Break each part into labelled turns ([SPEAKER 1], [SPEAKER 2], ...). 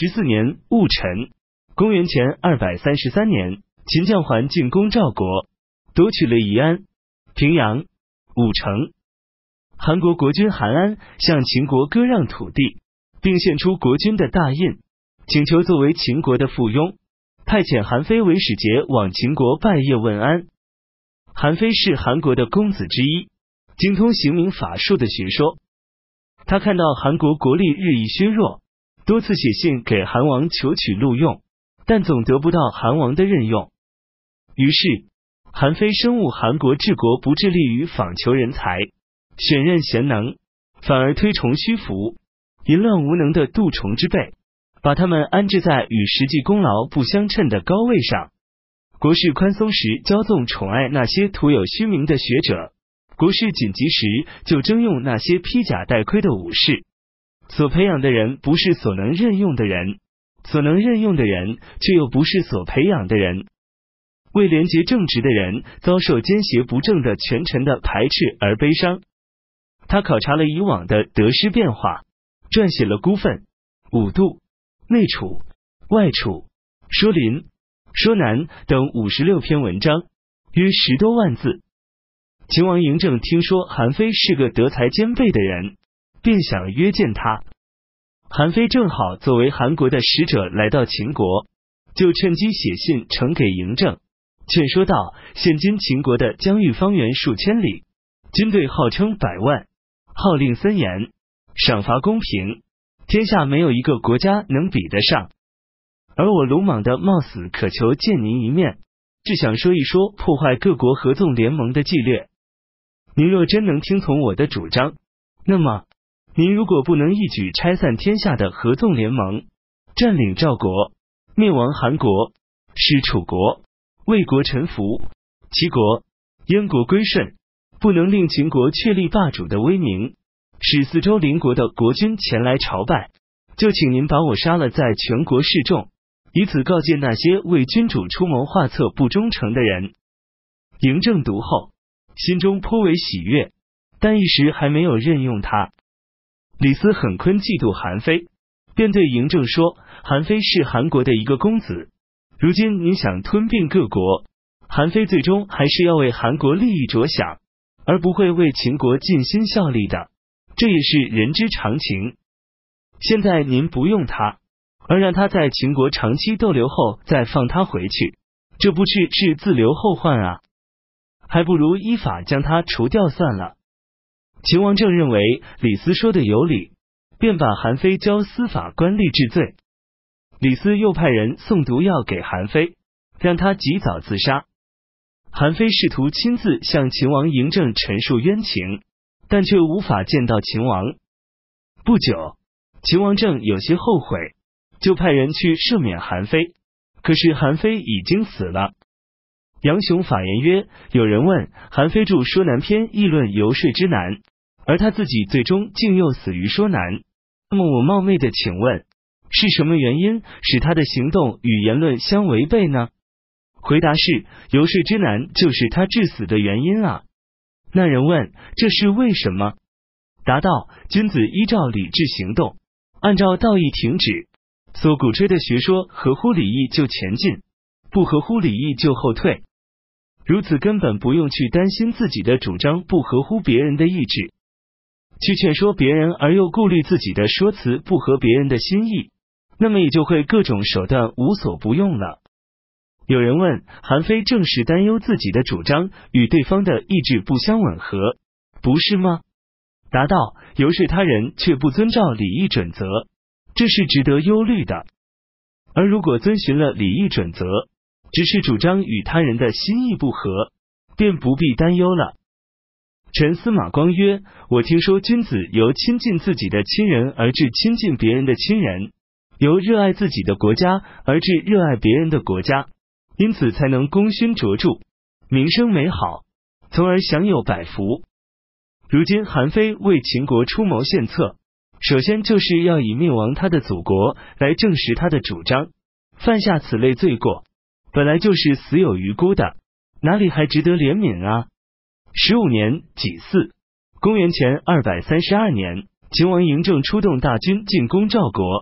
[SPEAKER 1] 14年戊辰，公元前233年，秦将还进攻赵国，夺取了宜安、平阳、武城。韩国国君韩安向秦国割让土地，并献出国君的大印，请求作为秦国的附庸，派遣韩非为使节往秦国拜谒问安。韩非是韩国的公子之一，精通刑名法术的学说。他看到韩国国力日益削弱，多次写信给韩王求取录用，但总得不到韩王的任用。于是韩非深悟韩国治国不致力于访求人才，选任贤能，反而推崇虚浮、淫乱无能的杜崇之辈，把他们安置在与实际功劳不相称的高位上。国事宽松时骄纵宠爱那些徒有虚名的学者，国事紧急时就征用那些披甲戴盔的武士。所培养的人不是所能任用的人，所能任用的人却又不是所培养的人。为廉洁正直的人遭受奸邪不正的权臣的排斥而悲伤。他考察了以往的得失变化，撰写了孤愤、五度、内储、外储、说林、说南等56篇文章，约10多万字。秦王嬴政听说韩非是个德才兼备的人，便想约见他。韩非正好作为韩国的使者来到秦国，就趁机写信呈给嬴政，劝说道：现今秦国的疆域方圆数千里，军队号称100万，号令森严，赏罚公平，天下没有一个国家能比得上。而我鲁莽的冒死渴求见您一面，只想说一说破坏各国合纵联盟的纪律。您若真能听从我的主张，那么您如果不能一举拆散天下的合纵联盟，占领赵国，灭亡韩国，使楚国、魏国臣服，齐国、燕国归顺，不能令秦国确立霸主的威名，使四周邻国的国君前来朝拜，就请您把我杀了在全国示众，以此告诫那些为君主出谋划策不忠诚的人。嬴政读后，心中颇为喜悦，但一时还没有任用他。李斯很坤嫉妒韩非，便对嬴政说：韩非是韩国的一个公子，如今您想吞并各国，韩非最终还是要为韩国利益着想，而不会为秦国尽心效力的，这也是人之常情。现在您不用他，而让他在秦国长期逗留后再放他回去，这不是自留后患啊，还不如依法将他除掉算了。秦王政认为李斯说的有理，便把韩非交司法官吏治罪。李斯又派人送毒药给韩非，让他及早自杀。韩非试图亲自向秦王嬴政陈述冤情，但却无法见到秦王。不久，秦王政有些后悔，就派人去赦免韩非，可是韩非已经死了。杨雄法言曰：有人问韩非著《说南篇》议论游说之难，而他自己最终竟又死于说南。那么我冒昧的请问，是什么原因使他的行动与言论相违背呢？回答是：游说之难就是他致死的原因啊。那人问：这是为什么？答道：君子依照理智行动，按照道义停止，所鼓吹的学说合乎礼义就前进，不合乎礼义就后退。如此根本不用去担心自己的主张不合乎别人的意志，去劝说别人而又顾虑自己的说辞不合别人的心意，那么也就会各种手段无所不用了。有人问：韩非正是担忧自己的主张与对方的意志不相吻合，不是吗？答道：游说他人却不遵照礼义准则，这是值得忧虑的。而如果遵循了礼义准则，只是主张与他人的心意不合，便不必担忧了。陈司马光曰：我听说君子由亲近自己的亲人而至亲近别人的亲人，由热爱自己的国家而至热爱别人的国家，因此才能功勋卓著，名声美好，从而享有百福。如今韩非为秦国出谋献策，首先就是要以灭亡他的祖国来证实他的主张，犯下此类罪过，本来就是死有余辜的，哪里还值得怜悯啊？15年己巳，公元前232年，秦王嬴政出动大军进攻赵国，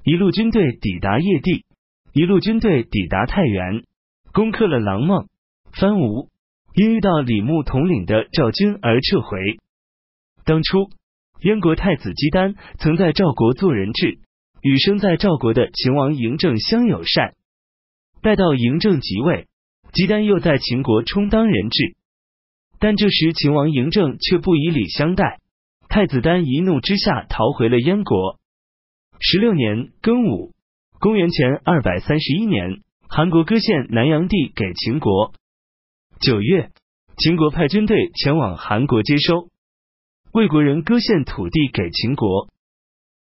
[SPEAKER 1] 一路军队抵达邺地，一路军队抵达太原，攻克了郎孟、番吴，因遇到李牧统领的赵军而撤回。当初燕国太子姬丹曾在赵国做人质，与生在赵国的秦王嬴政相友善。待到嬴政即位，姬丹又在秦国充当人质，但这时秦王嬴政却不以礼相待，太子丹一怒之下逃回了燕国。16年庚午，公元前231年，韩国割献南阳地给秦国。9月，秦国派军队前往韩国接收，魏国人割献土地给秦国。